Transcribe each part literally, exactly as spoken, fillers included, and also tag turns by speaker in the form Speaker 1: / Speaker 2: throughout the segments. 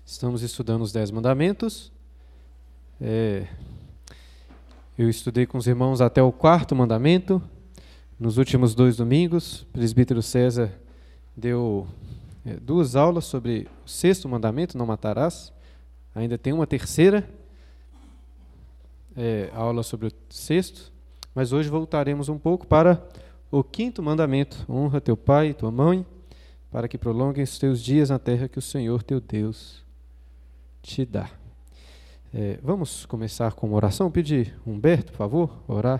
Speaker 1: Estamos estudando os Dez Mandamentos. É, eu estudei com os irmãos até o quarto mandamento. Nos últimos dois domingos, o presbítero César deu é, duas aulas sobre o sexto mandamento, não matarás. Ainda tem uma terceira é, aula sobre o sexto, mas hoje voltaremos um pouco para o quinto mandamento: honra teu pai e tua mãe, para que prolonguem os teus dias na terra que o Senhor teu Deus te dá. É, vamos começar com uma oração. Pedir Humberto, por favor, orar.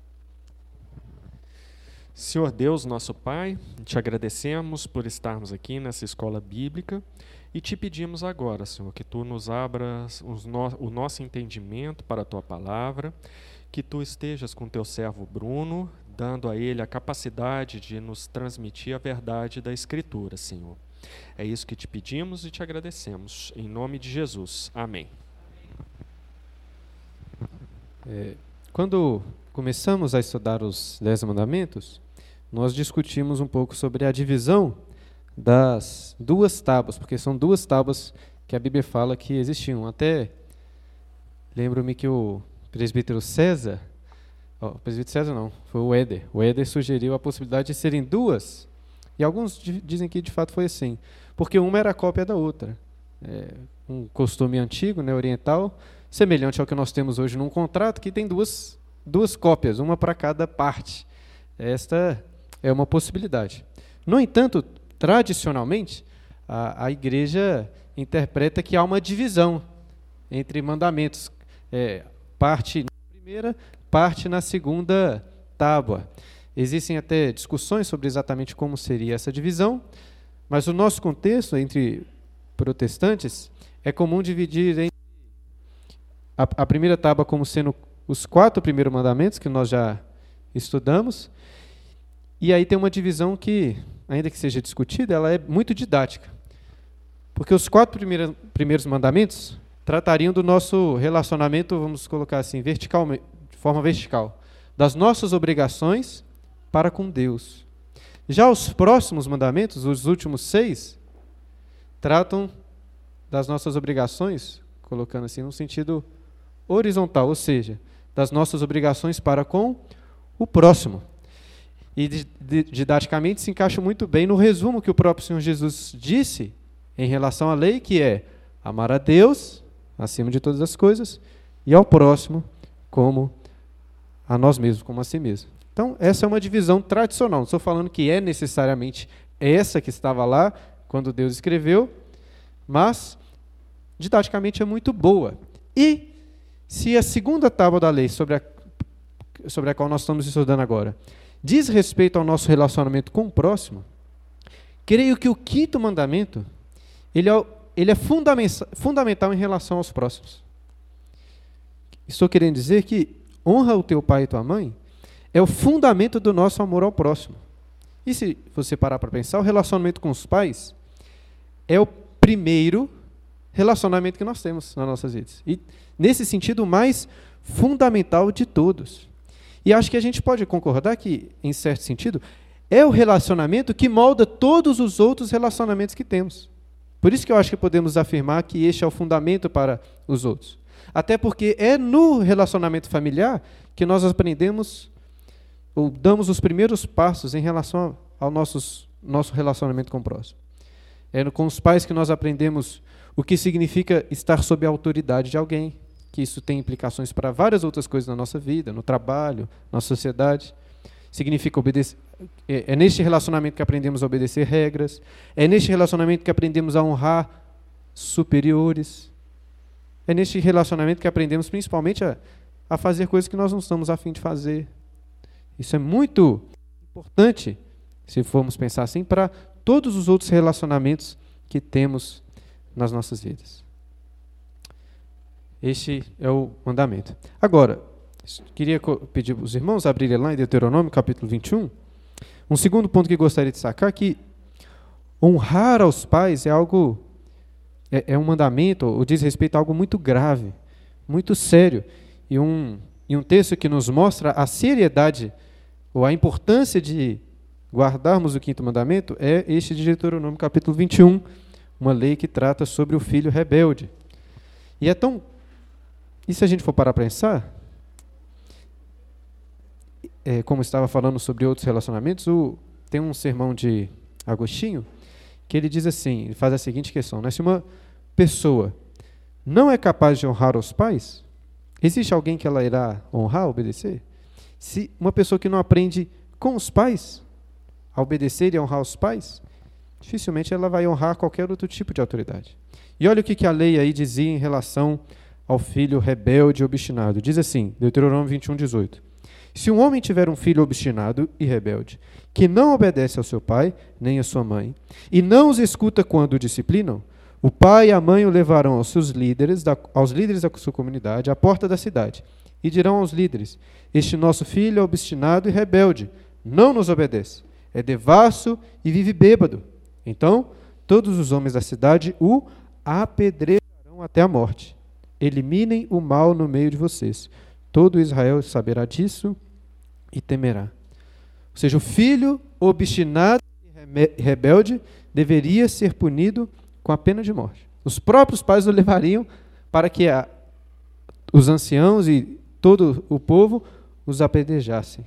Speaker 2: Senhor Deus, nosso Pai, te agradecemos por estarmos aqui nessa escola bíblica e te pedimos agora, Senhor, que Tu nos abras os no- o nosso entendimento para a Tua palavra, que Tu estejas com Teu servo Bruno, dando a ele a capacidade de nos transmitir a verdade da Escritura, Senhor. É isso que te pedimos e te agradecemos. Em nome de Jesus. Amém.
Speaker 1: É, quando começamos a estudar os Dez Mandamentos, nós discutimos um pouco sobre a divisão das duas tábuas, porque são duas tábuas que a Bíblia fala que existiam. Até lembro-me que o presbítero César, oh, o presbítero César não, foi o Éder. O Éder sugeriu a possibilidade de serem duas, e alguns di- dizem que de fato foi assim, porque uma era a cópia da outra. É, um costume antigo, né, oriental, semelhante ao que nós temos hoje num contrato, que tem duas, duas cópias, uma para cada parte. Esta é uma possibilidade. No entanto, tradicionalmente, a, a igreja interpreta que há uma divisão entre mandamentos. É, parte na primeira, parte na segunda tábua. Existem até discussões sobre exatamente como seria essa divisão, mas o nosso contexto entre protestantes é comum dividir em a, a primeira tábua como sendo os quatro primeiros mandamentos, que nós já estudamos, e aí tem uma divisão que, ainda que seja discutida, ela é muito didática. Porque os quatro primeiros, primeiros mandamentos tratariam do nosso relacionamento, vamos colocar assim, vertical, de forma vertical, das nossas obrigações para com Deus. Já os próximos mandamentos, os últimos seis, tratam das nossas obrigações, colocando assim, no sentido horizontal, ou seja, das nossas obrigações para com o próximo. E didaticamente se encaixa muito bem no resumo que o próprio Senhor Jesus disse em relação à lei, que é amar a Deus acima de todas as coisas e ao próximo como a nós mesmos, como a si mesmo. Então, essa é uma divisão tradicional. Não estou falando que é necessariamente essa que estava lá quando Deus escreveu, mas didaticamente é muito boa. E se a segunda tábua da lei, sobre a, sobre a qual nós estamos estudando agora, diz respeito ao nosso relacionamento com o próximo, creio que o quinto mandamento, ele é, ele é fundamenta, fundamental em relação aos próximos. Estou querendo dizer que honra o teu pai e tua mãe é o fundamento do nosso amor ao próximo. E se você parar para pensar, o relacionamento com os pais é o primeiro relacionamento que nós temos nas nossas vidas. E, nesse sentido, o mais fundamental de todos. E acho que a gente pode concordar que, em certo sentido, é o relacionamento que molda todos os outros relacionamentos que temos. Por isso que eu acho que podemos afirmar que este é o fundamento para os outros. Até porque é no relacionamento familiar que nós aprendemos, ou damos os primeiros passos em relação ao nossos, nosso relacionamento com o próximo. É com os pais que nós aprendemos o que significa estar sob a autoridade de alguém, que isso tem implicações para várias outras coisas na nossa vida, no trabalho, na sociedade. Significa obedecer. É, é neste relacionamento que aprendemos a obedecer regras, é neste relacionamento que aprendemos a honrar superiores, é neste relacionamento que aprendemos principalmente a, a fazer coisas que nós não estamos a fim de fazer. Isso é muito importante, se formos pensar assim, para todos os outros relacionamentos que temos nas nossas vidas. Este é o mandamento. Agora, queria pedir para os irmãos abrirem lá em Deuteronômio, capítulo vinte e um. Um segundo ponto que gostaria de destacar é que honrar aos pais é algo, é, é um mandamento, ou diz respeito a algo muito grave, muito sério. E um, e um texto que nos mostra a seriedade, ou a importância de guardarmos o quinto mandamento, é este de Deuteronômio, capítulo vinte e um, uma lei que trata sobre o filho rebelde. E é tão... E se a gente for parar para pensar, é, como estava falando sobre outros relacionamentos, o, tem um sermão de Agostinho que ele diz assim, ele faz a seguinte questão, né? Se uma pessoa não é capaz de honrar os pais, existe alguém que ela irá honrar, obedecer? Se uma pessoa que não aprende com os pais a obedecer e a honrar os pais, dificilmente ela vai honrar qualquer outro tipo de autoridade. E olha o que, que a lei aí dizia em relação ao filho rebelde e obstinado. Diz assim, Deuteronômio vinte e um, dezoito. Se um homem tiver um filho obstinado e rebelde, que não obedece ao seu pai, nem à sua mãe, e não os escuta quando o disciplinam, o pai e a mãe o levarão aos seus líderes, da, aos líderes da sua comunidade, à porta da cidade, e dirão aos líderes, este nosso filho é obstinado e rebelde, não nos obedece, é devasso e vive bêbado. Então, todos os homens da cidade o apedrejarão até a morte. Eliminem o mal no meio de vocês. Todo Israel saberá disso e temerá. Ou seja, o filho obstinado e rebelde deveria ser punido com a pena de morte. Os próprios pais o levariam para que a, os anciãos e todo o povo os apedrejassem.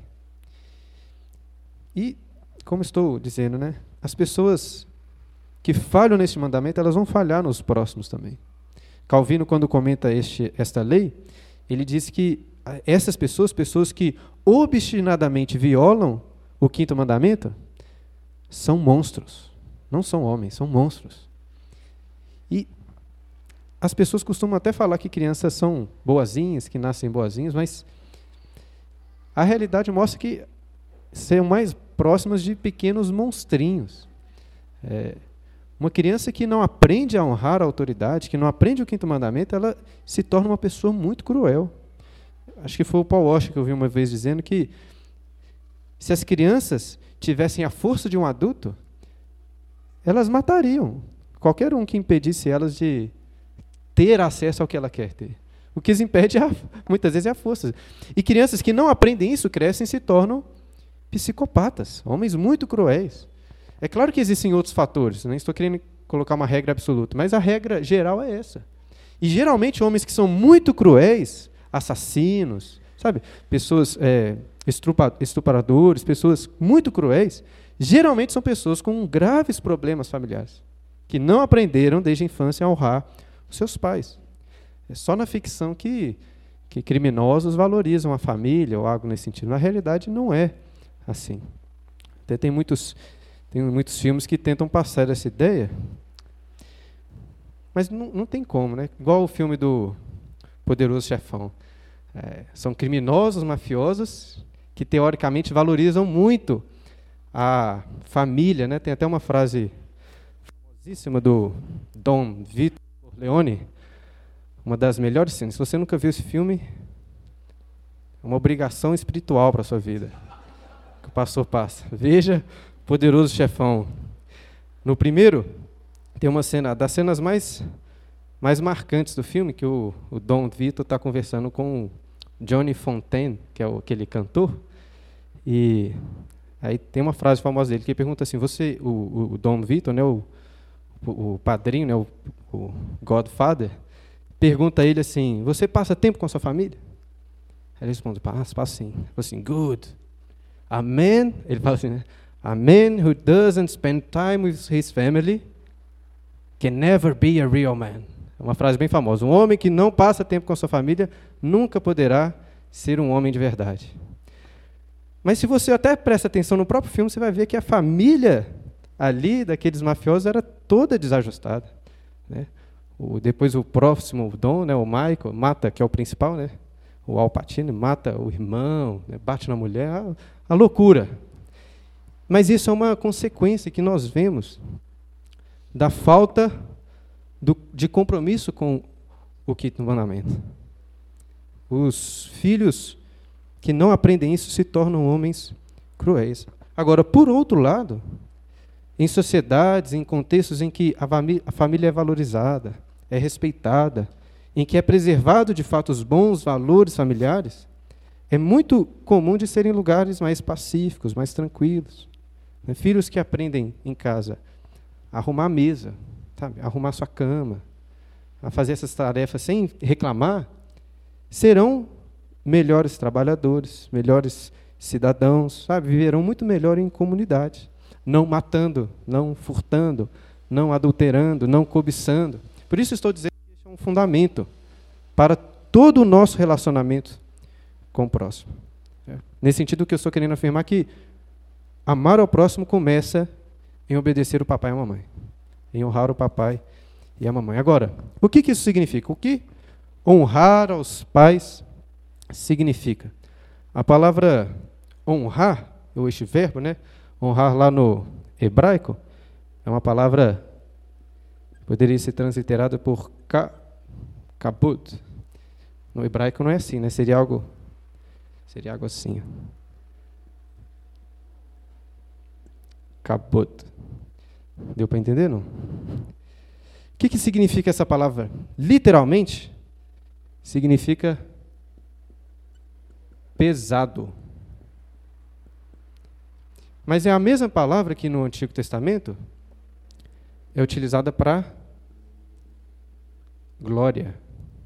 Speaker 1: E, como estou dizendo, né, as pessoas que falham neste mandamento, elas vão falhar nos próximos também. Calvino, quando comenta este, esta lei, ele diz que essas pessoas, pessoas que obstinadamente violam o quinto mandamento, são monstros. Não são homens, são monstros. E as pessoas costumam até falar que crianças são boazinhas, que nascem boazinhas, mas a realidade mostra que são mais próximas de pequenos monstrinhos. É, uma criança que não aprende a honrar a autoridade, que não aprende o quinto mandamento, ela se torna uma pessoa muito cruel. Acho que foi o Paul Washer que eu vi uma vez dizendo que se as crianças tivessem a força de um adulto, elas matariam qualquer um que impedisse elas de ter acesso ao que ela quer ter. O que as impede, é, muitas vezes, é a força. E crianças que não aprendem isso, crescem e se tornam psicopatas, homens muito cruéis. É claro que existem outros fatores, não estou querendo colocar uma regra absoluta, mas a regra geral é essa. E, geralmente, homens que são muito cruéis, assassinos, sabe? Pessoas é, estupradores, pessoas muito cruéis, geralmente são pessoas com graves problemas familiares, que não aprenderam desde a infância a honrar os seus pais. É só na ficção que, que criminosos valorizam a família ou algo nesse sentido. Na realidade, não é assim. Até tem muitos, tem muitos filmes que tentam passar essa ideia, mas não, não tem como, né? Igual o filme do Poderoso Chefão. É, são criminosos, mafiosos, que teoricamente valorizam muito a família, né? Tem até uma frase famosíssima do Dom Vito Corleone, uma das melhores cenas. Se você nunca viu esse filme, é uma obrigação espiritual para a sua vida. Que o pastor passa. Veja Poderoso Chefão. No primeiro, tem uma cena, das cenas mais, mais marcantes do filme, que o, o Dom Vito está conversando com o Johnny Fontaine, que é o, aquele cantor, e aí tem uma frase famosa dele, que ele pergunta assim, você, o, o Dom Vito, né, o, o, o padrinho, né, o, o Godfather, pergunta a ele assim, você passa tempo com a sua família? Aí ele responde, passo, passo sim. Ele fala assim, good. A man, ele fala assim, né, a man who doesn't spend time with his family can never be a real man. É uma frase bem famosa. Um homem que não passa tempo com a sua família nunca poderá ser um homem de verdade. Mas se você até presta atenção no próprio filme, você vai ver que a família ali daqueles mafiosos era toda desajustada, né? O, depois o próximo Dom, né, o Michael, mata, que é o principal, né, o Al Pacino, mata o irmão, né, bate na mulher, a, a loucura. Mas isso é uma consequência que nós vemos da falta do, de compromisso com o quinto mandamento. Os filhos que não aprendem isso se tornam homens cruéis. Agora, por outro lado, em sociedades, em contextos em que a, famí- a família é valorizada, é respeitada, em que é preservado de fato os bons valores familiares, é muito comum de serem lugares mais pacíficos, mais tranquilos. Né? Filhos que aprendem em casa a arrumar a mesa, sabe, a arrumar sua cama, a fazer essas tarefas sem reclamar, serão melhores trabalhadores, melhores cidadãos, sabe? Viverão muito melhor em comunidade, não matando, não furtando, não adulterando, não cobiçando. Por isso estou dizendo que isso é um fundamento para todo o nosso relacionamento com o próximo. É. Nesse sentido que eu estou querendo afirmar que amar ao próximo começa em obedecer o papai e a mamãe, em honrar o papai e a mamãe. Agora, o que, que isso significa? O que honrar aos pais significa? A palavra honrar, ou este verbo, né? Honrar lá no hebraico, é uma palavra, poderia ser transliterada por ka, kabud. No hebraico não é assim, né? Seria algo, seria algo assim. Kabud. Deu para entender, não? O que, que significa essa palavra? Literalmente, significa pesado. Mas é a mesma palavra que no Antigo Testamento é utilizada para glória.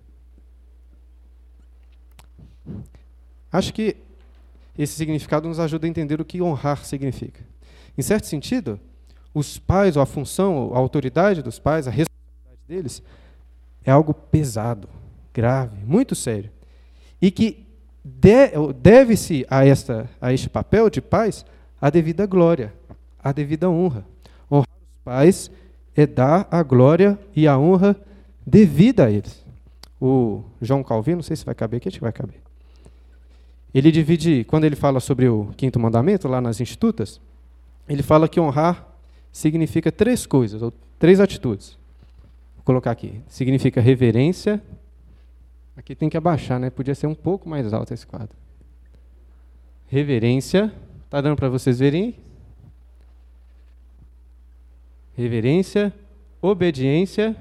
Speaker 1: Acho que esse significado nos ajuda a entender o que honrar significa. Em certo sentido, os pais, ou a função, a autoridade dos pais, a responsabilidade deles, é algo pesado, grave, muito sério. E que de, deve-se a, esta, a este papel de pais a devida glória, a devida honra. Honrar os pais é dar a glória e a honra devida a eles. O João Calvino, não sei se vai caber aqui, acho que vai caber. Ele divide, quando ele fala sobre o quinto mandamento, lá nas Institutas, ele fala que honrar significa três coisas, ou três atitudes. Vou colocar aqui. Significa reverência. Aqui tem que abaixar, né? Podia ser um pouco mais alto esse quadro. Reverência. Está dando para vocês verem? Reverência, obediência.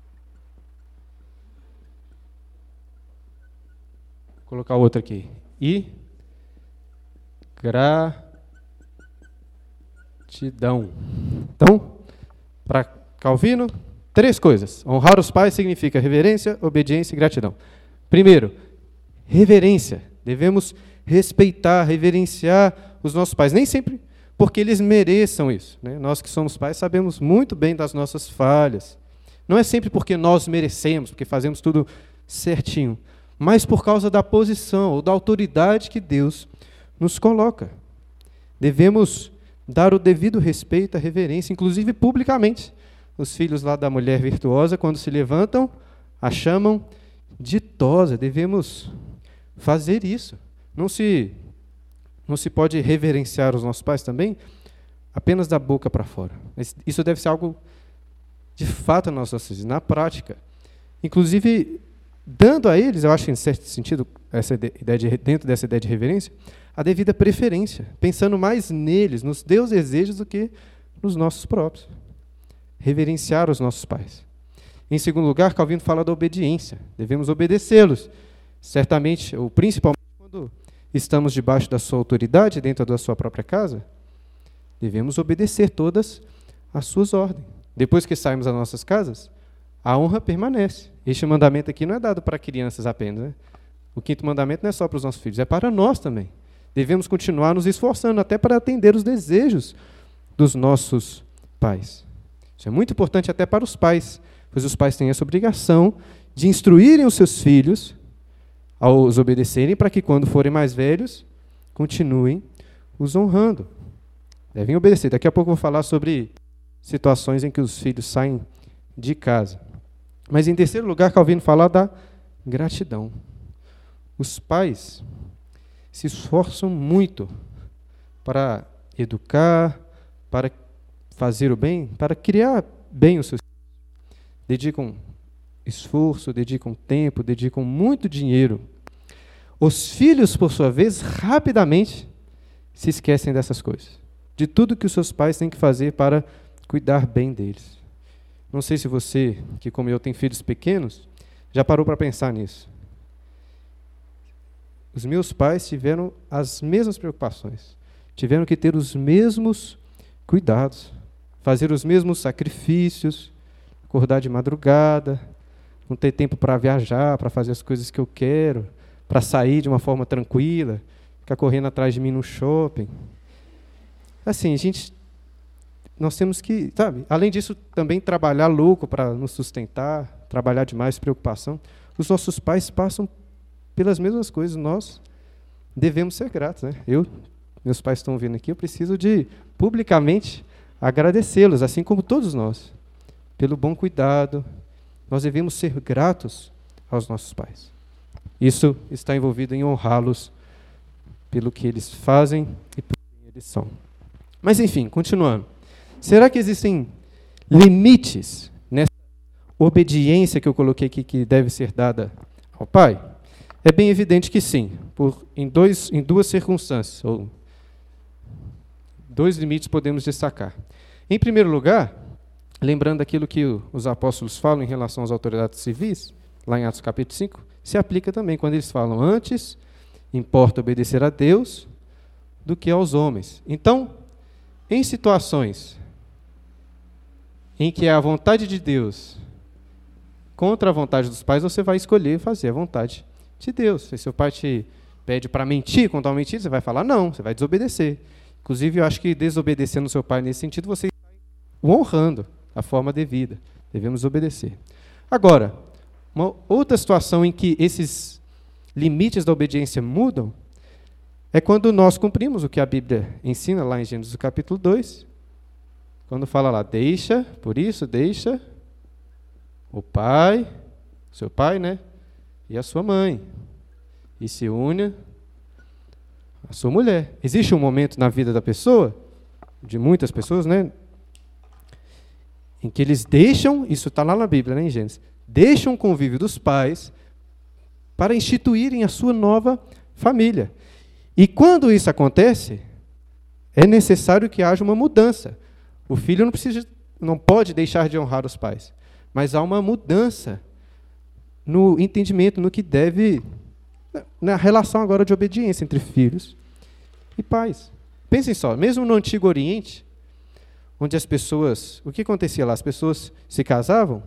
Speaker 1: Vou colocar outro aqui. E gratidão. Então, para Calvino, três coisas. Honrar os pais significa reverência, obediência e gratidão. Primeiro, reverência. Devemos respeitar, reverenciar os nossos pais. Nem sempre porque eles mereçam isso, né? Nós que somos pais sabemos muito bem das nossas falhas. Não é sempre porque nós merecemos, porque fazemos tudo certinho, mas por causa da posição ou da autoridade que Deus nos coloca. Devemos dar o devido respeito, a reverência, inclusive publicamente. Os filhos lá da mulher virtuosa, quando se levantam, a chamam ditosa. Devemos fazer isso. Não se, não se pode reverenciar os nossos pais também apenas da boca para fora. Mas isso deve ser algo de fato nas nossas vidas, na prática. Inclusive, dando a eles, eu acho, em certo sentido, essa ideia de, dentro dessa ideia de reverência, a devida preferência, pensando mais neles, nos seus desejos, do que nos nossos próprios. Reverenciar os nossos pais. Em segundo lugar, Calvino fala da obediência. Devemos obedecê-los. Certamente, ou principalmente quando estamos debaixo da sua autoridade, dentro da sua própria casa, devemos obedecer todas as suas ordens. Depois que saímos das nossas casas, a honra permanece. Este mandamento aqui não é dado para crianças apenas, né? O quinto mandamento não é só para os nossos filhos, é para nós também. Devemos continuar nos esforçando até para atender os desejos dos nossos pais. Isso é muito importante até para os pais, pois os pais têm essa obrigação de instruírem os seus filhos a os obedecerem, para que quando forem mais velhos, continuem os honrando. Devem obedecer. Daqui a pouco eu vou falar sobre situações em que os filhos saem de casa. Mas, em terceiro lugar, Calvino fala da gratidão. Os pais se esforçam muito para educar, para fazer o bem, para criar bem os seus filhos. Dedicam esforço, dedicam tempo, dedicam muito dinheiro. Os filhos, por sua vez, rapidamente se esquecem dessas coisas, de tudo que os seus pais têm que fazer para cuidar bem deles. Não sei se você, que como eu tem filhos pequenos, já parou para pensar nisso. Os meus pais tiveram as mesmas preocupações, tiveram que ter os mesmos cuidados, fazer os mesmos sacrifícios, acordar de madrugada, não ter tempo para viajar, para fazer as coisas que eu quero, para sair de uma forma tranquila, ficar correndo atrás de mim no shopping. Assim, a gente, nós temos que, sabe, além disso, também trabalhar louco para nos sustentar, trabalhar demais, preocupação. Os nossos pais passam pelas mesmas coisas, nós devemos ser gratos, né? Eu, meus pais estão vindo aqui, eu preciso de, publicamente, agradecê-los, assim como todos nós, pelo bom cuidado. Nós devemos ser gratos aos nossos pais. Isso está envolvido em honrá-los pelo que eles fazem e por quem eles são. Mas, enfim, continuando. Será que existem limites nessa obediência que eu coloquei aqui que deve ser dada ao pai? É bem evidente que sim, por, em, dois, em duas circunstâncias, ou dois limites podemos destacar. Em primeiro lugar, lembrando aquilo que o, os apóstolos falam em relação às autoridades civis, lá em Atos capítulo cinco, se aplica também quando eles falam, antes importa obedecer a Deus do que aos homens. Então, em situações em que é a vontade de Deus contra a vontade dos pais, você vai escolher fazer a vontade de Deus. Se seu pai te pede para mentir, contar uma mentira, você vai falar não, você vai desobedecer. Inclusive, eu acho que desobedecendo o seu pai nesse sentido, você está o honrando a forma devida. Devemos obedecer. Agora, uma outra situação em que esses limites da obediência mudam é quando nós cumprimos o que a Bíblia ensina lá em Gênesis capítulo dois, quando fala lá, deixa, por isso, deixa o pai, seu pai, né, e a sua mãe, e se une a sua mulher. Existe um momento na vida da pessoa, de muitas pessoas, né, em que eles deixam, isso está lá na Bíblia, né, em Gênesis, deixam o convívio dos pais para instituírem a sua nova família. E quando isso acontece, é necessário que haja uma mudança. O filho não precisa, não pode deixar de honrar os pais, mas há uma mudança no entendimento, no que deve, na relação agora de obediência entre filhos e pais. Pensem só, mesmo no Antigo Oriente, onde as pessoas, o que acontecia lá? As pessoas se casavam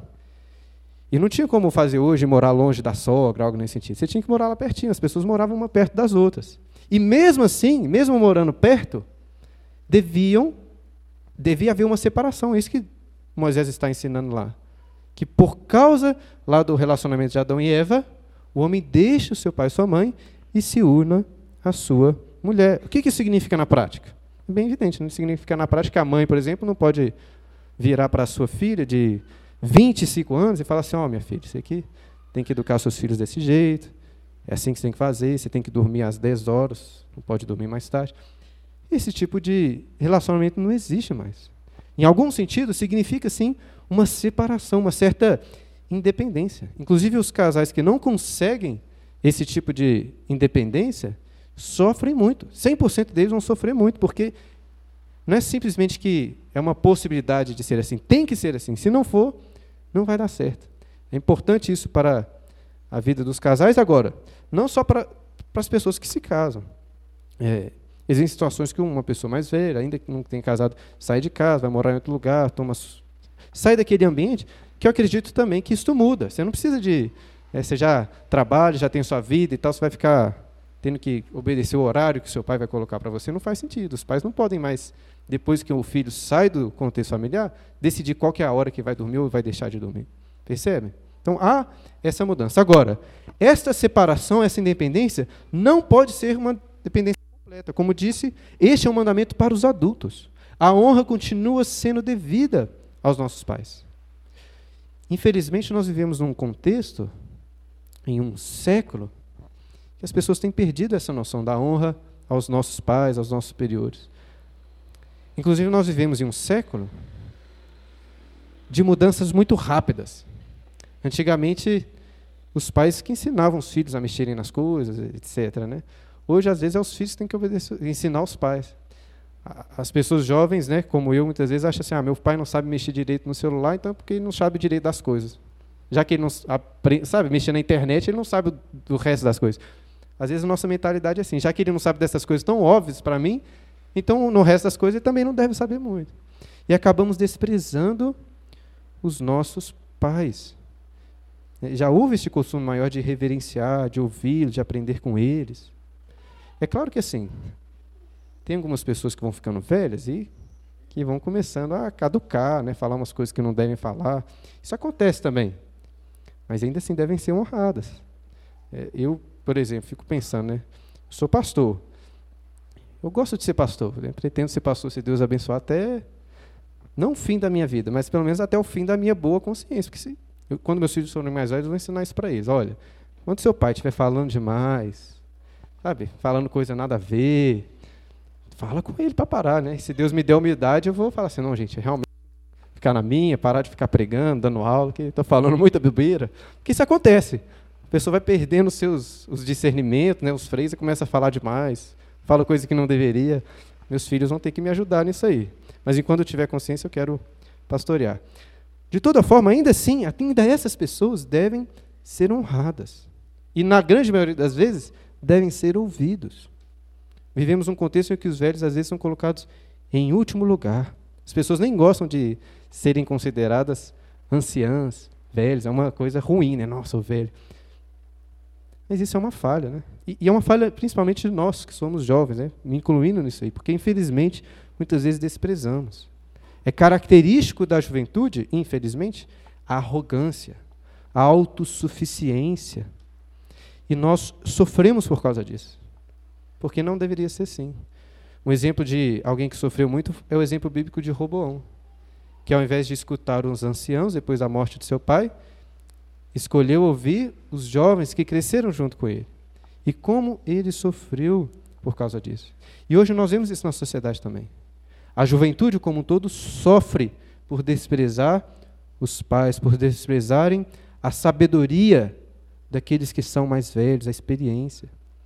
Speaker 1: e não tinha como fazer hoje morar longe da sogra, algo nesse sentido. Você tinha que morar lá pertinho, as pessoas moravam uma perto das outras. E mesmo assim, mesmo morando perto, deviam, devia haver uma separação. É isso que Moisés está ensinando lá. Que por causa lá do relacionamento de Adão e Eva, o homem deixa o seu pai e sua mãe e se una à sua mulher. O que isso significa na prática? É bem evidente, não significa na prática que a mãe, por exemplo, não pode virar para a sua filha de vinte e cinco anos e falar assim, ó, oh, minha filha, você aqui tem que educar seus filhos desse jeito, é assim que você tem que fazer, você tem que dormir às dez horas, não pode dormir mais tarde. Esse tipo de relacionamento não existe mais. Em algum sentido, significa, sim, uma separação, uma certa independência. Inclusive, os casais que não conseguem esse tipo de independência sofrem muito. cem por cento deles vão sofrer muito, porque não é simplesmente que é uma possibilidade de ser assim. Tem que ser assim. Se não for, não vai dar certo. É importante isso para a vida dos casais. Agora, não só para, para as pessoas que se casam. É, existem situações que uma pessoa mais velha, ainda que não tenha casado, sai de casa, vai morar em outro lugar, toma, sai daquele ambiente, que eu acredito também que isso muda. Você não precisa de... É, você já trabalha, já tem sua vida e tal, você vai ficar tendo que obedecer o horário que seu pai vai colocar para você. Não faz sentido. Os pais não podem mais, depois que o filho sai do contexto familiar, decidir qual que é a hora que vai dormir ou vai deixar de dormir. Percebe? Então, há essa mudança. Agora, esta separação, essa independência, não pode ser uma dependência completa. Como disse, este é um mandamento para os adultos. A honra continua sendo devida aos nossos pais. Infelizmente, nós vivemos num contexto, em um século, que as pessoas têm perdido essa noção da honra aos nossos pais, aos nossos superiores. Inclusive, nós vivemos em um século de mudanças muito rápidas. Antigamente, os pais que ensinavam os filhos a mexerem nas coisas, etcétera, né? Hoje, às vezes, é os filhos que têm que obedecer, ensinar os pais. As pessoas jovens, né, como eu, muitas vezes, acham assim, ah, meu pai não sabe mexer direito no celular, então é porque ele não sabe direito das coisas. Já que ele não aprende, sabe mexer na internet, ele não sabe do resto das coisas. Às vezes, a nossa mentalidade é assim, já que ele não sabe dessas coisas tão óbvias para mim, então, no resto das coisas, ele também não deve saber muito. E acabamos desprezando os nossos pais. Já houve esse costume maior de reverenciar, de ouvi-los, de aprender com eles. É claro que assim, tem algumas pessoas que vão ficando velhas e que vão começando a caducar, né, falar umas coisas que não devem falar. Isso acontece também, mas ainda assim devem ser honradas. É, eu, por exemplo, fico pensando, né, sou pastor. Eu gosto de ser pastor, né, pretendo ser pastor, se Deus abençoar, até, não o fim da minha vida, mas pelo menos até o fim da minha boa consciência, porque se Eu, quando meus filhos forem mais velhos, eu vou ensinar isso para eles. Olha, quando seu pai estiver falando demais, sabe, falando coisa nada a ver, fala com ele para parar, né? E se Deus me der humildade, eu vou falar assim, não, gente, realmente ficar na minha, parar de ficar pregando, dando aula, que estou falando muita bobeira. Porque isso acontece. A pessoa vai perdendo os seus os discernimentos, né, os freios, e começa a falar demais, fala coisa que não deveria. Meus filhos vão ter que me ajudar nisso aí. Mas enquanto eu tiver consciência, eu quero pastorear. De toda forma, ainda assim, ainda essas pessoas devem ser honradas. E, na grande maioria das vezes, devem ser ouvidos. Vivemos um contexto em que os velhos, às vezes, são colocados em último lugar. As pessoas nem gostam de serem consideradas anciãs, velhos. É uma coisa ruim, né? Nossa, o velho. Mas isso é uma falha, né? E, e é uma falha, principalmente de nós, que somos jovens, né? Me incluindo nisso aí, porque, infelizmente, muitas vezes desprezamos. É característico da juventude, infelizmente, a arrogância, a autossuficiência. E nós sofremos por causa disso. Porque não deveria ser assim. Um exemplo de alguém que sofreu muito é o exemplo bíblico de Roboão, que ao invés de escutar os anciãos depois da morte de seu pai, escolheu ouvir os jovens que cresceram junto com ele. E como ele sofreu por causa disso. E hoje nós vemos isso na sociedade também. A juventude como um todo sofre por desprezar os pais, por desprezarem a sabedoria daqueles que são mais velhos, a experiência.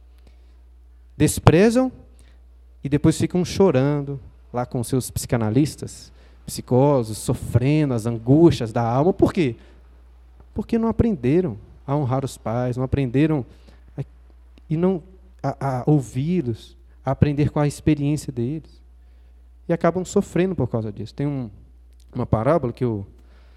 Speaker 1: Desprezam e depois ficam chorando lá com seus psicanalistas, psicólogos, sofrendo as angústias da alma. Por quê? Porque não aprenderam a honrar os pais, não aprenderam a, e não a, a ouvi-los, a aprender com a experiência deles. E acabam sofrendo por causa disso. Tem um, uma parábola que eu,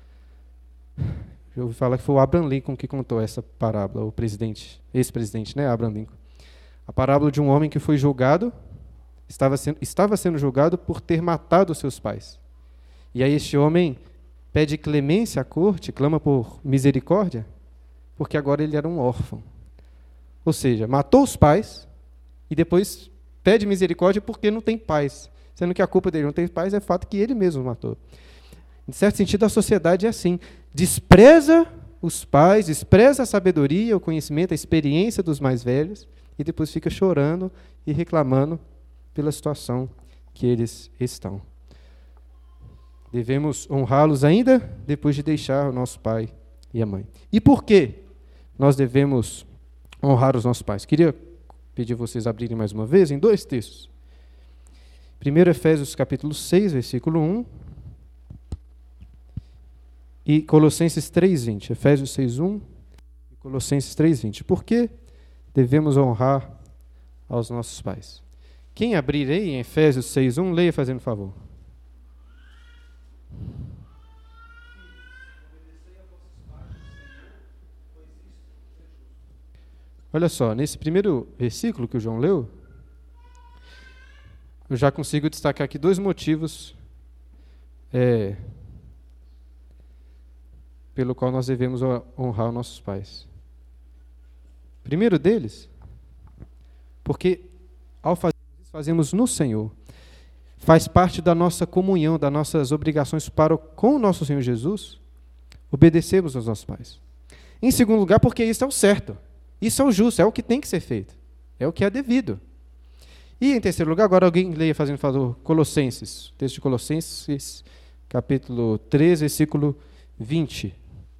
Speaker 1: eu ouvi falar que foi o Abraham Lincoln que contou essa parábola, o presidente, ex-presidente, né, Abraham Lincoln. A parábola de um homem que foi julgado, estava sendo, estava sendo julgado por ter matado os seus pais. E aí este homem pede clemência à corte, clama por misericórdia, porque agora ele era um órfão. Ou seja, matou os pais e depois pede misericórdia porque não tem pais. Sendo que a culpa dele não ter pais é fato que ele mesmo matou. Em certo sentido, a sociedade é assim. Despreza os pais, despreza a sabedoria, o conhecimento, a experiência dos mais velhos, e depois fica chorando e reclamando pela situação que eles estão. Devemos honrá-los ainda depois de deixar o nosso pai e a mãe. E por que nós devemos honrar os nossos pais? Queria pedir vocês abrirem mais uma vez em dois textos. Primeiro Efésios capítulo seis, versículo um, e Colossenses três, vinte. Efésios seis, um e Colossenses três, vinte. Por que devemos honrar aos nossos pais? Quem abrir aí em Efésios seis, um, leia fazendo favor. Olha só, nesse primeiro versículo que o João leu, eu já consigo destacar aqui dois motivos é, pelo qual nós devemos honrar os nossos pais. Primeiro deles, porque ao fazer isso, fazemos no Senhor. Faz parte da nossa comunhão, das nossas obrigações para com o nosso Senhor Jesus, obedecemos aos nossos pais. Em segundo lugar, porque isso é o certo, isso é o justo, é o que tem que ser feito, é o que é devido. E, em terceiro lugar, agora alguém leia fazendo favor, Colossenses, texto de Colossenses, capítulo três, versículo vinte.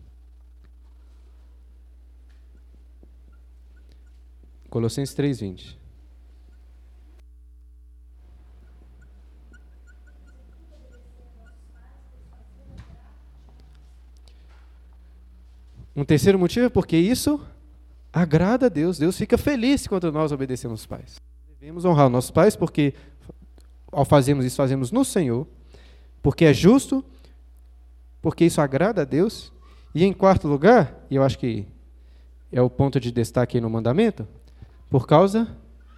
Speaker 1: Colossenses três, vinte. Um terceiro motivo é porque isso agrada a Deus. Deus fica feliz quando nós obedecemos os pais. Devemos honrar nossos pais porque, ao fazermos isso, fazemos no Senhor, porque é justo porque isso agrada a Deus. E em quarto lugar, e eu acho que é o ponto de destaque aí no mandamento, por causa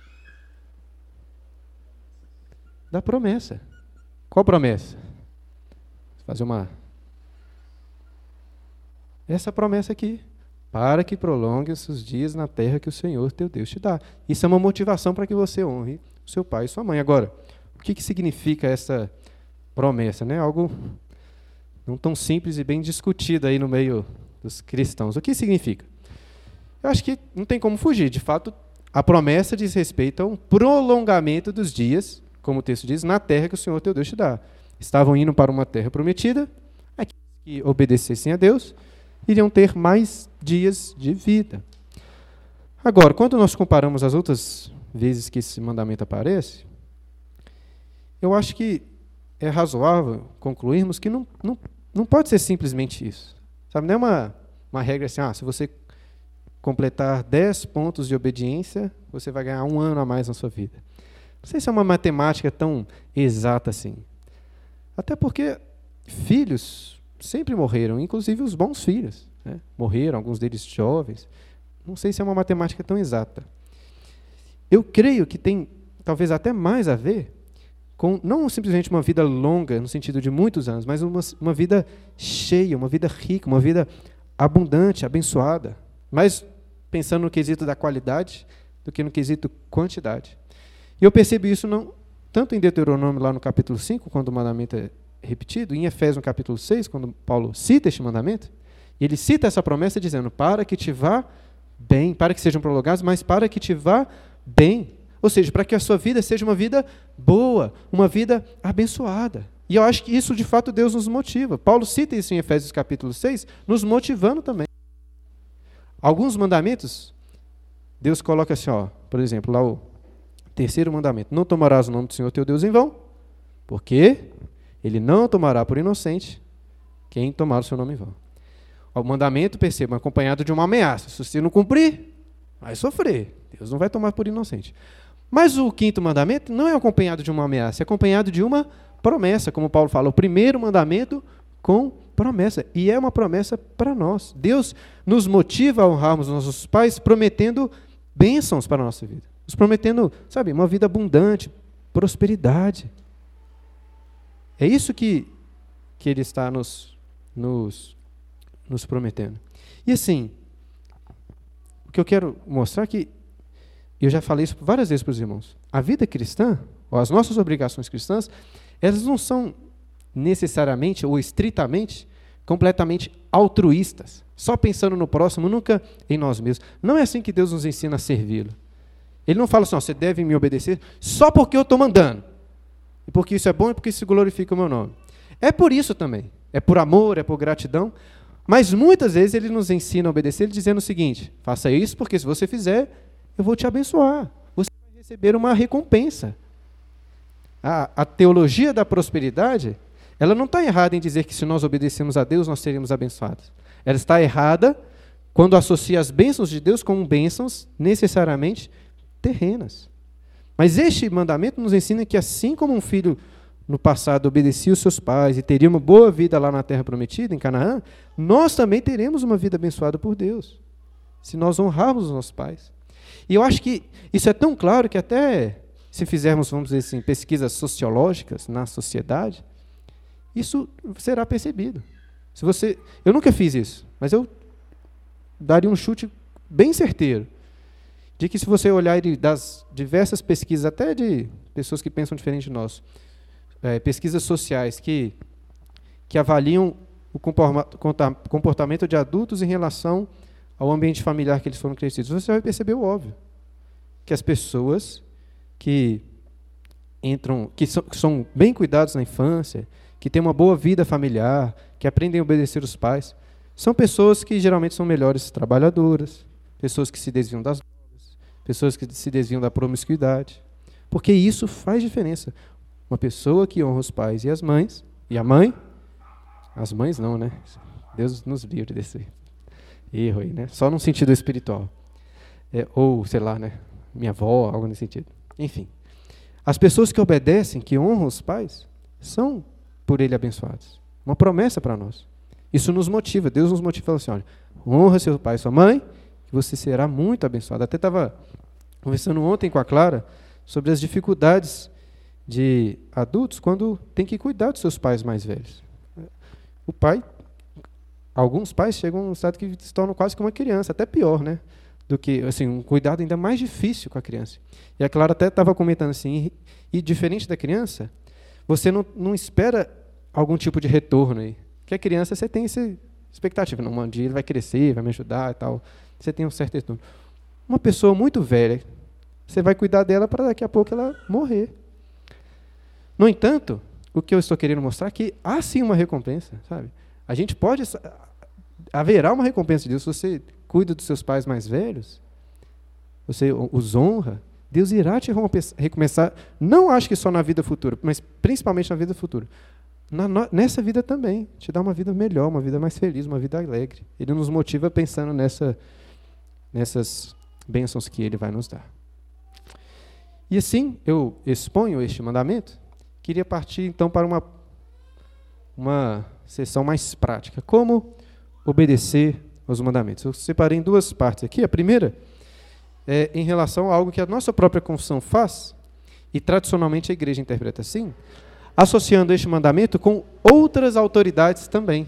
Speaker 1: da promessa. Qual promessa? Vou fazer uma... Essa promessa aqui. Para que prolongue os seus dias na terra que o Senhor teu Deus te dá. Isso é uma motivação para que você honre o seu pai e sua mãe. Agora, o que, que significa essa promessa? Né? Algo não tão simples e bem discutido aí no meio dos cristãos. O que significa? Eu acho que não tem como fugir. De fato, a promessa diz respeito a um prolongamento dos dias, como o texto diz, na terra que o Senhor teu Deus te dá. Estavam indo para uma terra prometida, aqueles que obedecessem a Deus iriam ter mais dias de vida. Agora, quando nós comparamos as outras vezes que esse mandamento aparece, eu acho que é razoável concluirmos que não, não, não pode ser simplesmente isso. Sabe, não é uma, uma regra assim, ah, se você completar dez pontos de obediência, você vai ganhar um ano a mais na sua vida. Não sei se é uma matemática tão exata assim. Até porque filhos sempre morreram, inclusive os bons filhos. Né? Morreram, alguns deles jovens. Não sei se é uma matemática tão exata. Eu creio que tem, talvez até mais a ver com, não simplesmente uma vida longa, no sentido de muitos anos, mas uma, uma vida cheia, uma vida rica, uma vida abundante, abençoada. Mas pensando no quesito da qualidade do que no quesito quantidade. E eu percebo isso não, tanto em Deuteronômio, lá no capítulo cinco, quando o mandamento é repetido, em Efésios, no capítulo seis, quando Paulo cita este mandamento, ele cita essa promessa dizendo, para que te vá bem, para que sejam prolongados, mas para que te vá bem. Ou seja, para que a sua vida seja uma vida boa, uma vida abençoada. E eu acho que isso, de fato, Deus nos motiva. Paulo cita isso em Efésios, capítulo seis, nos motivando também. Alguns mandamentos, Deus coloca assim, ó, por exemplo, lá o terceiro mandamento, não tomarás o nome do Senhor teu Deus em vão, porque ele não tomará por inocente quem tomar o seu nome em vão. O mandamento, percebam, acompanhado de uma ameaça. Se você não cumprir, vai sofrer. Deus não vai tomar por inocente. Mas o quinto mandamento não é acompanhado de uma ameaça, é acompanhado de uma promessa, como Paulo fala, o primeiro mandamento com promessa. E é uma promessa para nós. Deus nos motiva a honrarmos nossos pais, prometendo bênçãos para a nossa vida. Nos prometendo, sabe, uma vida abundante, prosperidade. É isso que, que Ele está nos, nos, nos prometendo. E assim, o que eu quero mostrar é que, eu já falei isso várias vezes para os irmãos, a vida cristã, ou as nossas obrigações cristãs, elas não são necessariamente ou estritamente, completamente altruístas, só pensando no próximo, nunca em nós mesmos. Não é assim que Deus nos ensina a servi-lo. Ele não fala assim, ó, você deve me obedecer só porque eu estou mandando. E porque isso é bom e porque isso glorifica o meu nome. É por isso também. É por amor, é por gratidão. Mas muitas vezes ele nos ensina a obedecer dizendo o seguinte, faça isso porque se você fizer, eu vou te abençoar. Você vai receber uma recompensa. A, a teologia da prosperidade, ela não está errada em dizer que se nós obedecemos a Deus, nós seremos abençoados. Ela está errada quando associa as bênçãos de Deus com bênçãos necessariamente terrenas. Mas este mandamento nos ensina que assim como um filho no passado obedecia os seus pais e teria uma boa vida lá na terra prometida, em Canaã, nós também teremos uma vida abençoada por Deus, se nós honrarmos os nossos pais. E eu acho que isso é tão claro que até se fizermos, vamos dizer assim, pesquisas sociológicas na sociedade, isso será percebido. Se você, eu nunca fiz isso, mas eu daria um chute bem certeiro, de que se você olhar das diversas pesquisas, até de pessoas que pensam diferente de nós, é, pesquisas sociais que, que avaliam o comportamento de adultos em relação ao ambiente familiar que eles foram crescidos, você vai perceber o óbvio, que as pessoas que entram, que são, que são bem cuidados na infância, que têm uma boa vida familiar, que aprendem a obedecer os pais, são pessoas que geralmente são melhores trabalhadoras, pessoas que se desviam das drogas, pessoas que se desviam da promiscuidade, porque isso faz diferença. Uma pessoa que honra os pais e as mães, e a mãe, as mães não, né? Deus nos livre desse erro aí, né? Só no sentido espiritual. É, ou, sei lá, né? Minha avó, algo nesse sentido. Enfim. As pessoas que obedecem, que honram os pais, são por ele abençoadas. Uma promessa para nós. Isso nos motiva, Deus nos motiva, fala assim, olha, honra seu pai e sua mãe, que você será muito abençoado. Até estava conversando ontem com a Clara sobre as dificuldades de adultos quando tem que cuidar dos seus pais mais velhos. O pai, alguns pais chegam a um estado que se tornam quase que uma criança, até pior, né? Do que, assim, um cuidado ainda mais difícil com a criança. E a Clara até estava comentando assim, e, e diferente da criança, você não, não espera algum tipo de retorno aí. Porque a criança, você tem essa expectativa, não, um dia ele vai crescer, vai me ajudar e tal, você tem um certo retorno. Uma pessoa muito velha, você vai cuidar dela para daqui a pouco ela morrer. No entanto, o que eu estou querendo mostrar é que há sim uma recompensa, sabe? A gente pode, haverá uma recompensa disso, se você cuida dos seus pais mais velhos, você os honra, Deus irá te recompensar, não acho que só na vida futura, mas principalmente na vida futura. Na, nessa vida também, te dá uma vida melhor, uma vida mais feliz, uma vida alegre. Ele nos motiva pensando nessa, nessas bênçãos que Ele vai nos dar. E assim, eu exponho este mandamento, queria partir então para uma, uma sessão mais prática. Como obedecer aos mandamentos? Eu separei em duas partes aqui. A primeira é em relação a algo que a nossa própria confissão faz, e tradicionalmente a igreja interpreta assim, associando este mandamento com outras autoridades também.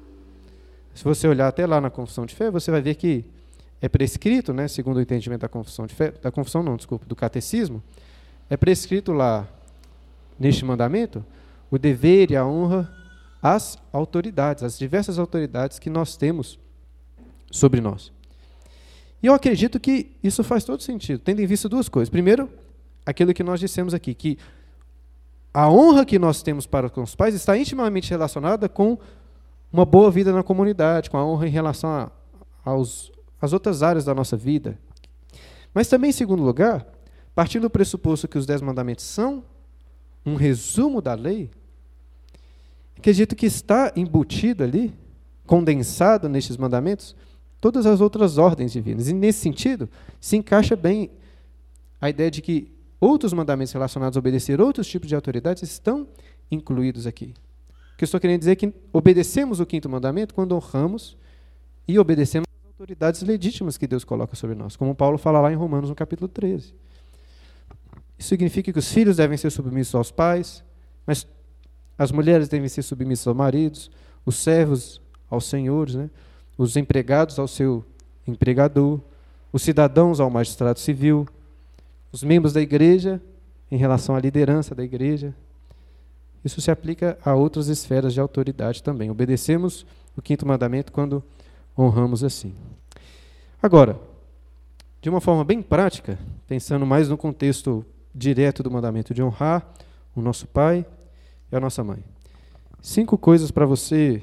Speaker 1: Se você olhar até lá na confissão de fé, você vai ver que é prescrito, né, segundo o entendimento da confissão de fé, da confissão não, desculpa, do catecismo, é prescrito lá neste mandamento o dever e a honra às autoridades, às diversas autoridades que nós temos sobre nós. E eu acredito que isso faz todo sentido, tendo em vista duas coisas. Primeiro, aquilo que nós dissemos aqui, que a honra que nós temos para com os pais está intimamente relacionada com uma boa vida na comunidade, com a honra em relação a, aos, às outras áreas da nossa vida. Mas também, em segundo lugar, partindo do pressuposto que os dez mandamentos são um resumo da lei, acredito que está embutido ali, condensado nestes mandamentos, todas as outras ordens divinas. E, nesse sentido, se encaixa bem a ideia de que outros mandamentos relacionados a obedecer outros tipos de autoridades estão incluídos aqui. O que eu estou querendo dizer é que obedecemos o quinto mandamento quando honramos e obedecemos as autoridades legítimas que Deus coloca sobre nós, como Paulo fala lá em Romanos, no capítulo treze. Isso significa que os filhos devem ser submissos aos pais, mas as mulheres devem ser submissas aos maridos, os servos aos senhores, né? Os empregados ao seu empregador, os cidadãos ao magistrado civil, os membros da igreja em relação à liderança da igreja. Isso se aplica a outras esferas de autoridade também. Obedecemos o quinto mandamento quando honramos assim. Agora, de uma forma bem prática, pensando mais no contexto direto do mandamento de honrar o nosso pai e a nossa mãe. Cinco coisas para você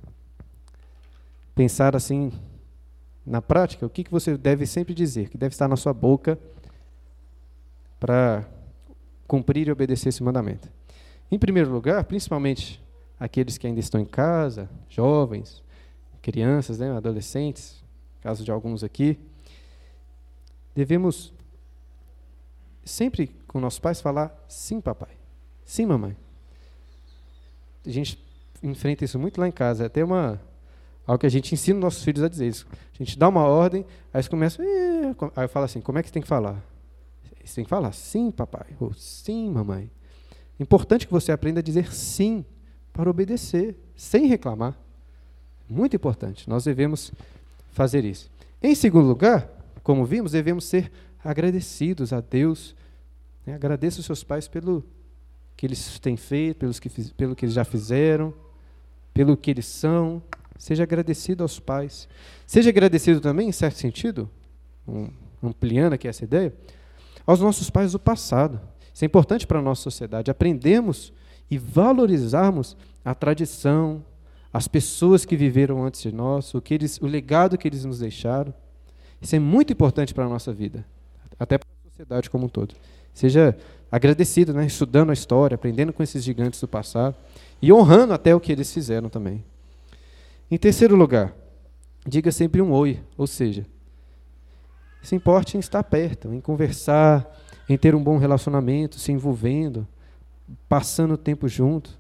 Speaker 1: pensar assim na prática, o que que você deve sempre dizer, que deve estar na sua boca para cumprir e obedecer esse mandamento. Em primeiro lugar, principalmente aqueles que ainda estão em casa, jovens, crianças, né, adolescentes, caso de alguns aqui, devemos sempre com nossos pais falar sim, papai, sim, mamãe. A gente enfrenta isso muito lá em casa, é até uma, algo que a gente ensina os nossos filhos a dizer isso. A gente dá uma ordem, aí eles começam, aí eu falo assim, como é que você tem que falar? Você tem que falar sim, papai, ou sim, mamãe. É importante que você aprenda a dizer sim para obedecer, sem reclamar. Muito importante, nós devemos fazer isso. Em segundo lugar, como vimos, devemos ser agradecidos a Deus. Né? Agradeça os seus pais pelo que eles têm feito, pelos que, pelo que eles já fizeram, pelo que eles são. Seja agradecido aos pais. Seja agradecido também, em certo sentido, um, ampliando aqui essa ideia, aos nossos pais do passado. Isso é importante para a nossa sociedade. Aprendemos e valorizarmos a tradição, as pessoas que viveram antes de nós, o, que eles, o legado que eles nos deixaram. Isso é muito importante para a nossa vida, até para a sociedade como um todo. Seja agradecido, né? Estudando a história, aprendendo com esses gigantes do passado e honrando até o que eles fizeram também. Em terceiro lugar, diga sempre um oi, ou seja, se importe em estar perto, em conversar, em ter um bom relacionamento, se envolvendo, passando o tempo junto.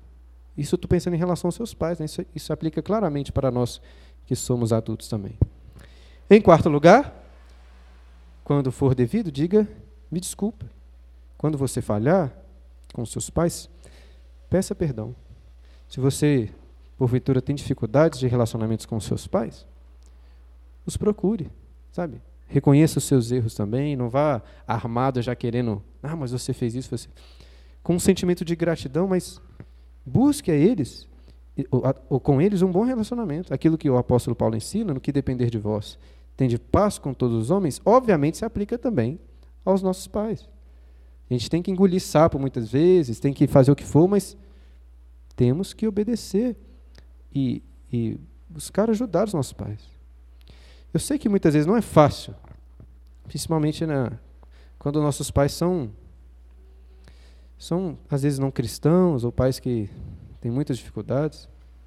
Speaker 1: Isso eu estou pensando em relação aos seus pais, né? Isso, isso aplica claramente para nós que somos adultos também. Em quarto lugar, quando for devido, diga, me desculpe. Quando você falhar com seus pais, peça perdão. Se você, porventura, tem dificuldades de relacionamentos com seus pais, os procure, sabe? Reconheça os seus erros também, não vá armado já querendo, ah, mas você fez isso, você... com um sentimento de gratidão, mas busque a eles, ou, ou com eles, um bom relacionamento. Aquilo que o apóstolo Paulo ensina, no que depender de vós, tende paz com todos os homens, obviamente se aplica também aos nossos pais. A gente tem que engolir sapo muitas vezes, tem que fazer o que for, mas temos que obedecer e, e buscar ajudar os nossos pais. Eu sei que muitas vezes não é fácil, principalmente na, quando nossos pais são, são, às vezes, não cristãos, ou pais que têm muitas dificuldades.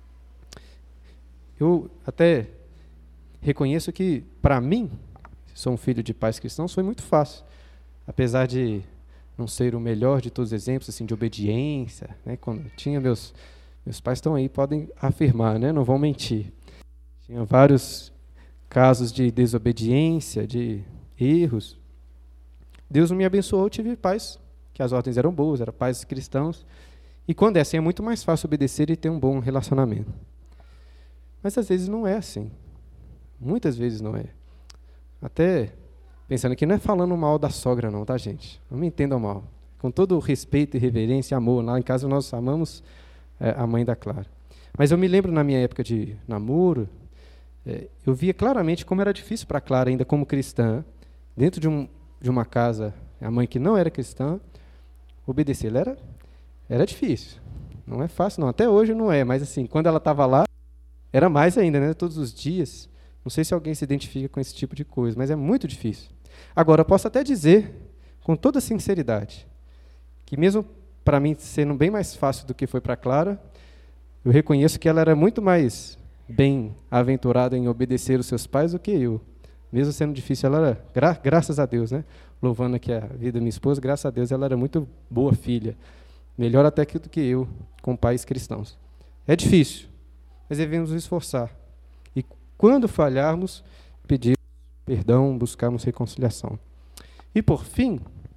Speaker 1: Eu até reconheço que, para mim, sou um filho de pais cristãos, foi muito fácil. Apesar de não ser o melhor de todos os exemplos, assim, de obediência, né? Quando tinha meus, meus pais estão aí, podem afirmar, né? Não vão mentir. Tinha vários casos de desobediência, de erros. Deus me abençoou, eu tive pais que as ordens eram boas, eram pais cristãos. E quando é assim, é muito mais fácil obedecer e ter um bom relacionamento. Mas às vezes não é assim. Muitas vezes não é. Até pensando que não é falando mal da sogra não, tá, gente? Não me entendam mal. Com todo o respeito e reverência e amor, lá em casa nós amamos é, a mãe da Clara. Mas eu me lembro na minha época de namoro, é, eu via claramente como era difícil para a Clara, ainda como cristã, dentro de, um, de uma casa, a mãe que não era cristã, obedecer. Ela era, era difícil. Não é fácil, não. Até hoje não é, mas assim, quando ela estava lá, era mais ainda, né? Todos os dias. Não sei se alguém se identifica com esse tipo de coisa, mas é muito difícil. Agora, eu posso até dizer, com toda sinceridade, que mesmo para mim sendo bem mais fácil do que foi para a Clara, eu reconheço que ela era muito mais bem-aventurada em obedecer os seus pais do que eu. Mesmo sendo difícil, ela era, gra graças a Deus, né? Louvando aqui a vida da minha esposa, graças a Deus ela era muito boa filha. Melhor até que do que eu, com pais cristãos. É difícil, mas devemos nos esforçar. E quando falharmos, pedir perdão, buscarmos reconciliação. E, por fim,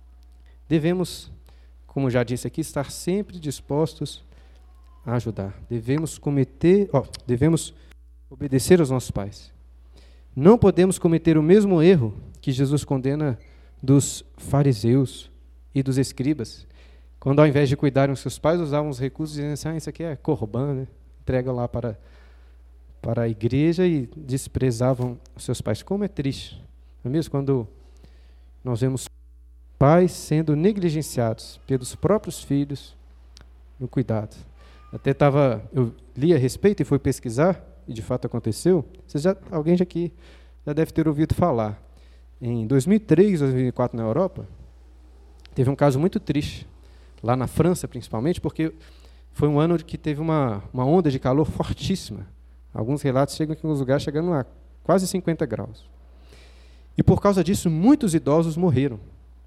Speaker 1: devemos, como já disse aqui, estar sempre dispostos a ajudar. Devemos cometer, ó, devemos obedecer aos nossos pais. Não podemos cometer o mesmo erro que Jesus condena dos fariseus e dos escribas, quando ao invés de cuidarem dos seus pais, usavam os recursos dizendo assim, ah, isso aqui é corban, né? Entregam lá para, para a igreja e desprezavam os seus pais. Como é triste, não é mesmo? Quando nós vemos pais sendo negligenciados pelos próprios filhos no cuidado. Até estava, eu li a respeito e fui pesquisar, e de fato aconteceu. Vocês já, alguém já aqui já deve ter ouvido falar. Em dois mil e três, dois mil e quatro, na Europa, teve um caso muito triste, lá na França principalmente, porque foi um ano que teve uma, uma onda de calor fortíssima. Alguns relatos chegam aqui nos lugares chegando a quase cinquenta graus. E por causa disso, muitos idosos morreram.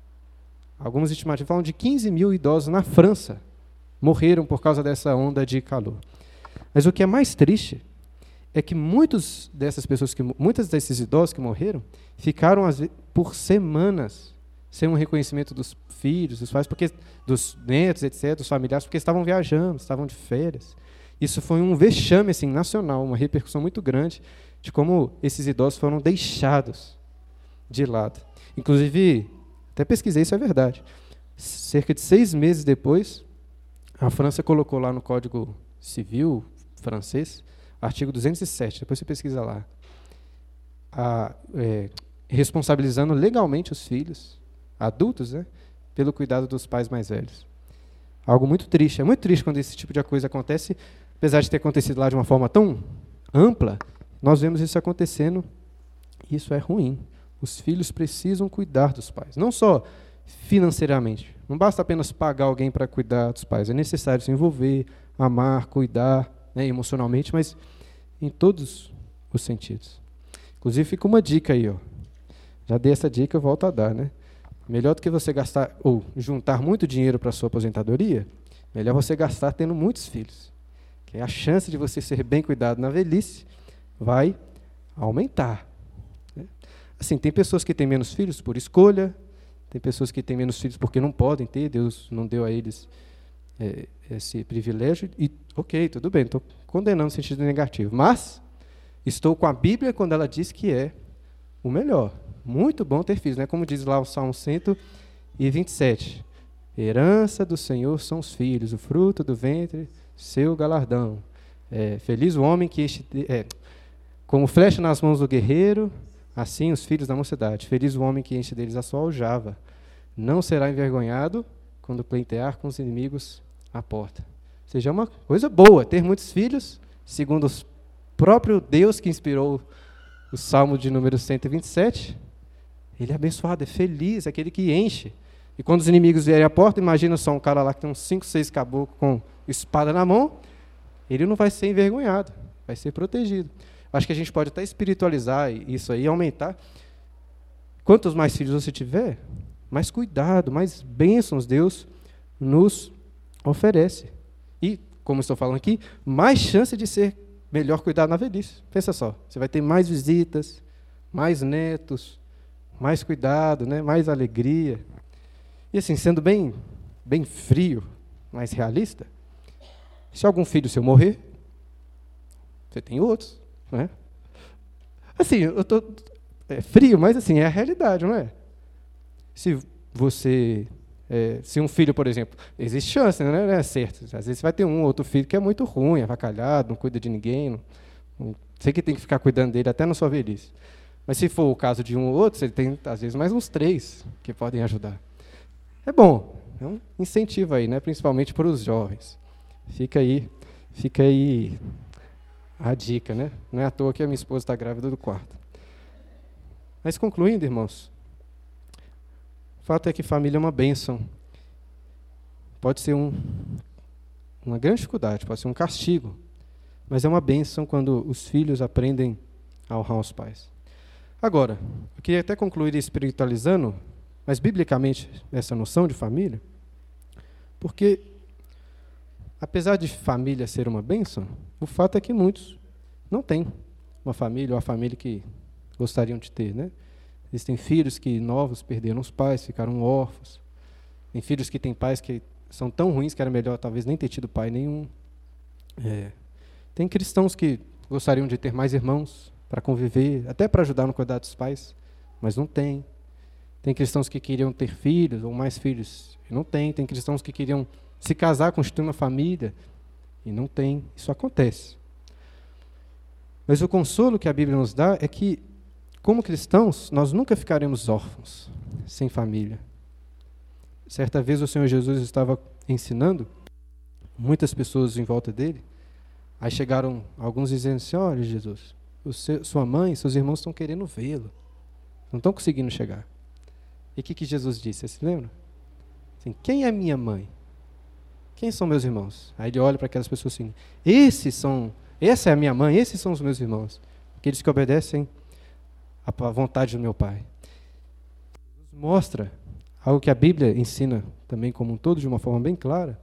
Speaker 1: Algumas estimativas falam de quinze mil idosos na França morreram por causa dessa onda de calor. Mas o que é mais triste é que muitos dessas pessoas, que, muitas desses idosos que morreram, ficaram às vezes, por semanas sem um reconhecimento dos filhos, dos pais, porque, dos netos, etcétera, dos familiares, porque estavam viajando, estavam de férias. Isso foi um vexame assim, nacional, uma repercussão muito grande de como esses idosos foram deixados de lado. Inclusive, até pesquisei, isso é verdade. Cerca de seis meses depois, a França colocou lá no Código Civil francês, artigo duzentos e sete, depois você pesquisa lá, a, é, responsabilizando legalmente os filhos, adultos, né, pelo cuidado dos pais mais velhos. Algo muito triste. É muito triste quando esse tipo de coisa acontece, apesar de ter acontecido lá de uma forma tão ampla, nós vemos isso acontecendo, e isso é ruim. Os filhos precisam cuidar dos pais, não só financeiramente. Não basta apenas pagar alguém para cuidar dos pais, é necessário se envolver, amar, cuidar, né, emocionalmente, mas em todos os sentidos. Inclusive, fica uma dica aí, ó. Já dei essa dica, eu volto a dar, né? Melhor do que você gastar ou juntar muito dinheiro para a sua aposentadoria, melhor você gastar tendo muitos filhos. que a chance de você ser bem cuidado na velhice vai aumentar. Né? Assim, tem pessoas que têm menos filhos por escolha, tem pessoas que têm menos filhos porque não podem ter, Deus não deu a eles é, esse privilégio, e ok, tudo bem, não estou condenando no sentido negativo, mas estou com a Bíblia quando ela diz que é o melhor. Muito bom ter filhos, né? Como diz lá o Salmo cento e vinte e sete. Herança do Senhor são os filhos, o fruto do ventre, seu galardão. É, feliz o homem que enche... De, é, como flecha nas mãos do guerreiro, assim os filhos da mocidade. Feliz o homem que enche deles a sua aljava. Não será envergonhado quando pleitear com os inimigos à porta. Ou seja, é uma coisa boa ter muitos filhos, segundo o próprio Deus que inspirou o Salmo de número cento e vinte e sete. Ele é abençoado, é feliz, é aquele que enche. E quando os inimigos vierem à porta, imagina só um cara lá que tem uns cinco, seis caboclos com espada na mão, ele não vai ser envergonhado, vai ser protegido. Acho que a gente pode até espiritualizar isso aí, aumentar. Quantos mais filhos você tiver, mais cuidado, mais bênçãos Deus nos oferece. E, como estou falando aqui, mais chance de ser melhor cuidado na velhice. Pensa só, você vai ter mais visitas, mais netos, mais cuidado, né? Mais alegria. E assim, sendo bem, bem frio, mais realista, se algum filho seu morrer, você tem outros, né? Assim, eu tô é frio, mas assim, é a realidade, não é? Se você, é, se um filho, por exemplo, existe chance, né? Não é certo. Às vezes você vai ter um ou outro filho que é muito ruim, avacalhado, não cuida de ninguém, não, não, você que tem que ficar cuidando dele até na sua velhice. Mas se for o caso de um ou outro, você tem, às vezes, mais uns três que podem ajudar. É bom, é um incentivo aí, né? Principalmente para os jovens. Fica aí, fica aí a dica, né? Não é à toa que a minha esposa está grávida do quarto. Mas concluindo, irmãos, o fato é que família é uma bênção. Pode ser um, uma grande dificuldade, pode ser um castigo, mas é uma bênção quando os filhos aprendem a honrar os pais. Agora, eu queria até concluir espiritualizando, mas biblicamente, essa noção de família, porque, apesar de família ser uma bênção, o fato é que muitos não têm uma família, ou a família que gostariam de ter, né? Existem filhos que, novos, perderam os pais, ficaram órfãos. Tem filhos que têm pais que são tão ruins que era melhor, talvez, nem ter tido pai nenhum. É. Tem cristãos que gostariam de ter mais irmãos, para conviver, até para ajudar no cuidado dos pais, mas não tem. Tem cristãos que queriam ter filhos, ou mais filhos, e não tem. Tem cristãos que queriam se casar, constituir uma família, e não tem. Isso acontece. Mas o consolo que a Bíblia nos dá é que, como cristãos, nós nunca ficaremos órfãos, sem família. Certa vez o Senhor Jesus estava ensinando, muitas pessoas em volta dele, aí chegaram alguns dizendo assim, olha Jesus, o seu, sua mãe, seus irmãos estão querendo vê-lo, não estão conseguindo chegar. E o que, que Jesus disse? Você se lembra? Assim, quem é minha mãe? Quem são meus irmãos? Aí ele olha para aquelas pessoas assim, esses são, essa é a minha mãe, esses são os meus irmãos, aqueles que obedecem à vontade do meu Pai. Jesus mostra algo que a Bíblia ensina também como um todo, de uma forma bem clara,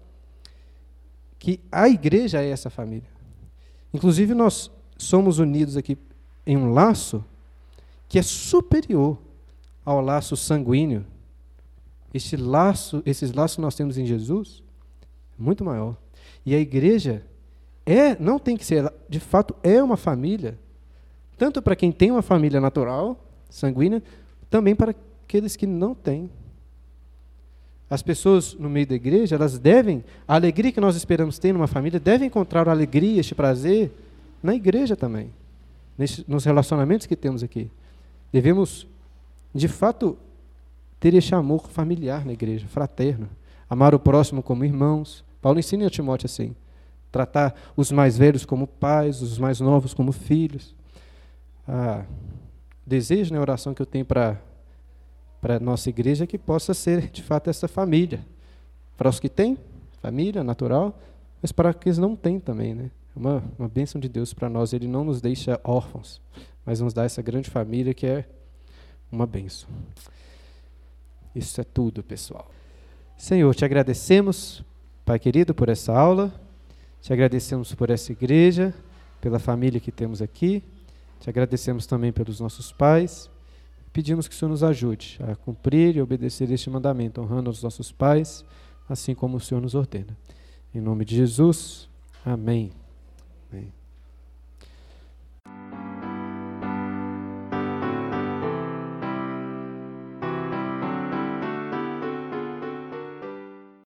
Speaker 1: que a igreja é essa família. Inclusive, nós somos unidos aqui em um laço que é superior ao laço sanguíneo. Este laço, esses laços que nós temos em Jesus, é muito maior. E a igreja é, não tem que ser, de fato, é uma família, tanto para quem tem uma família natural, sanguínea, também para aqueles que não têm. As pessoas no meio da igreja, elas devem, a alegria que nós esperamos ter numa família, devem encontrar a alegria, este prazer, na igreja também, nesse, nos relacionamentos que temos aqui. Devemos, de fato, ter este amor familiar na igreja, fraterno, amar o próximo como irmãos. Paulo ensina a Timóteo assim, tratar os mais velhos como pais, os mais novos como filhos. Ah, desejo na oração que eu tenho para para a nossa igreja é que possa ser, de fato, essa família. Para os que têm, família, natural, mas para aqueles que não têm também, né? Uma, uma bênção de Deus para nós, Ele não nos deixa órfãos, mas nos dá essa grande família que é uma bênção. Isso é tudo, pessoal. Senhor, te agradecemos, Pai querido, por essa aula. Te agradecemos por essa igreja, pela família que temos aqui. Te agradecemos também pelos nossos pais. Pedimos que o Senhor nos ajude a cumprir e obedecer este mandamento, honrando os nossos pais, assim como o Senhor nos ordena. Em nome de Jesus, amém. Amém.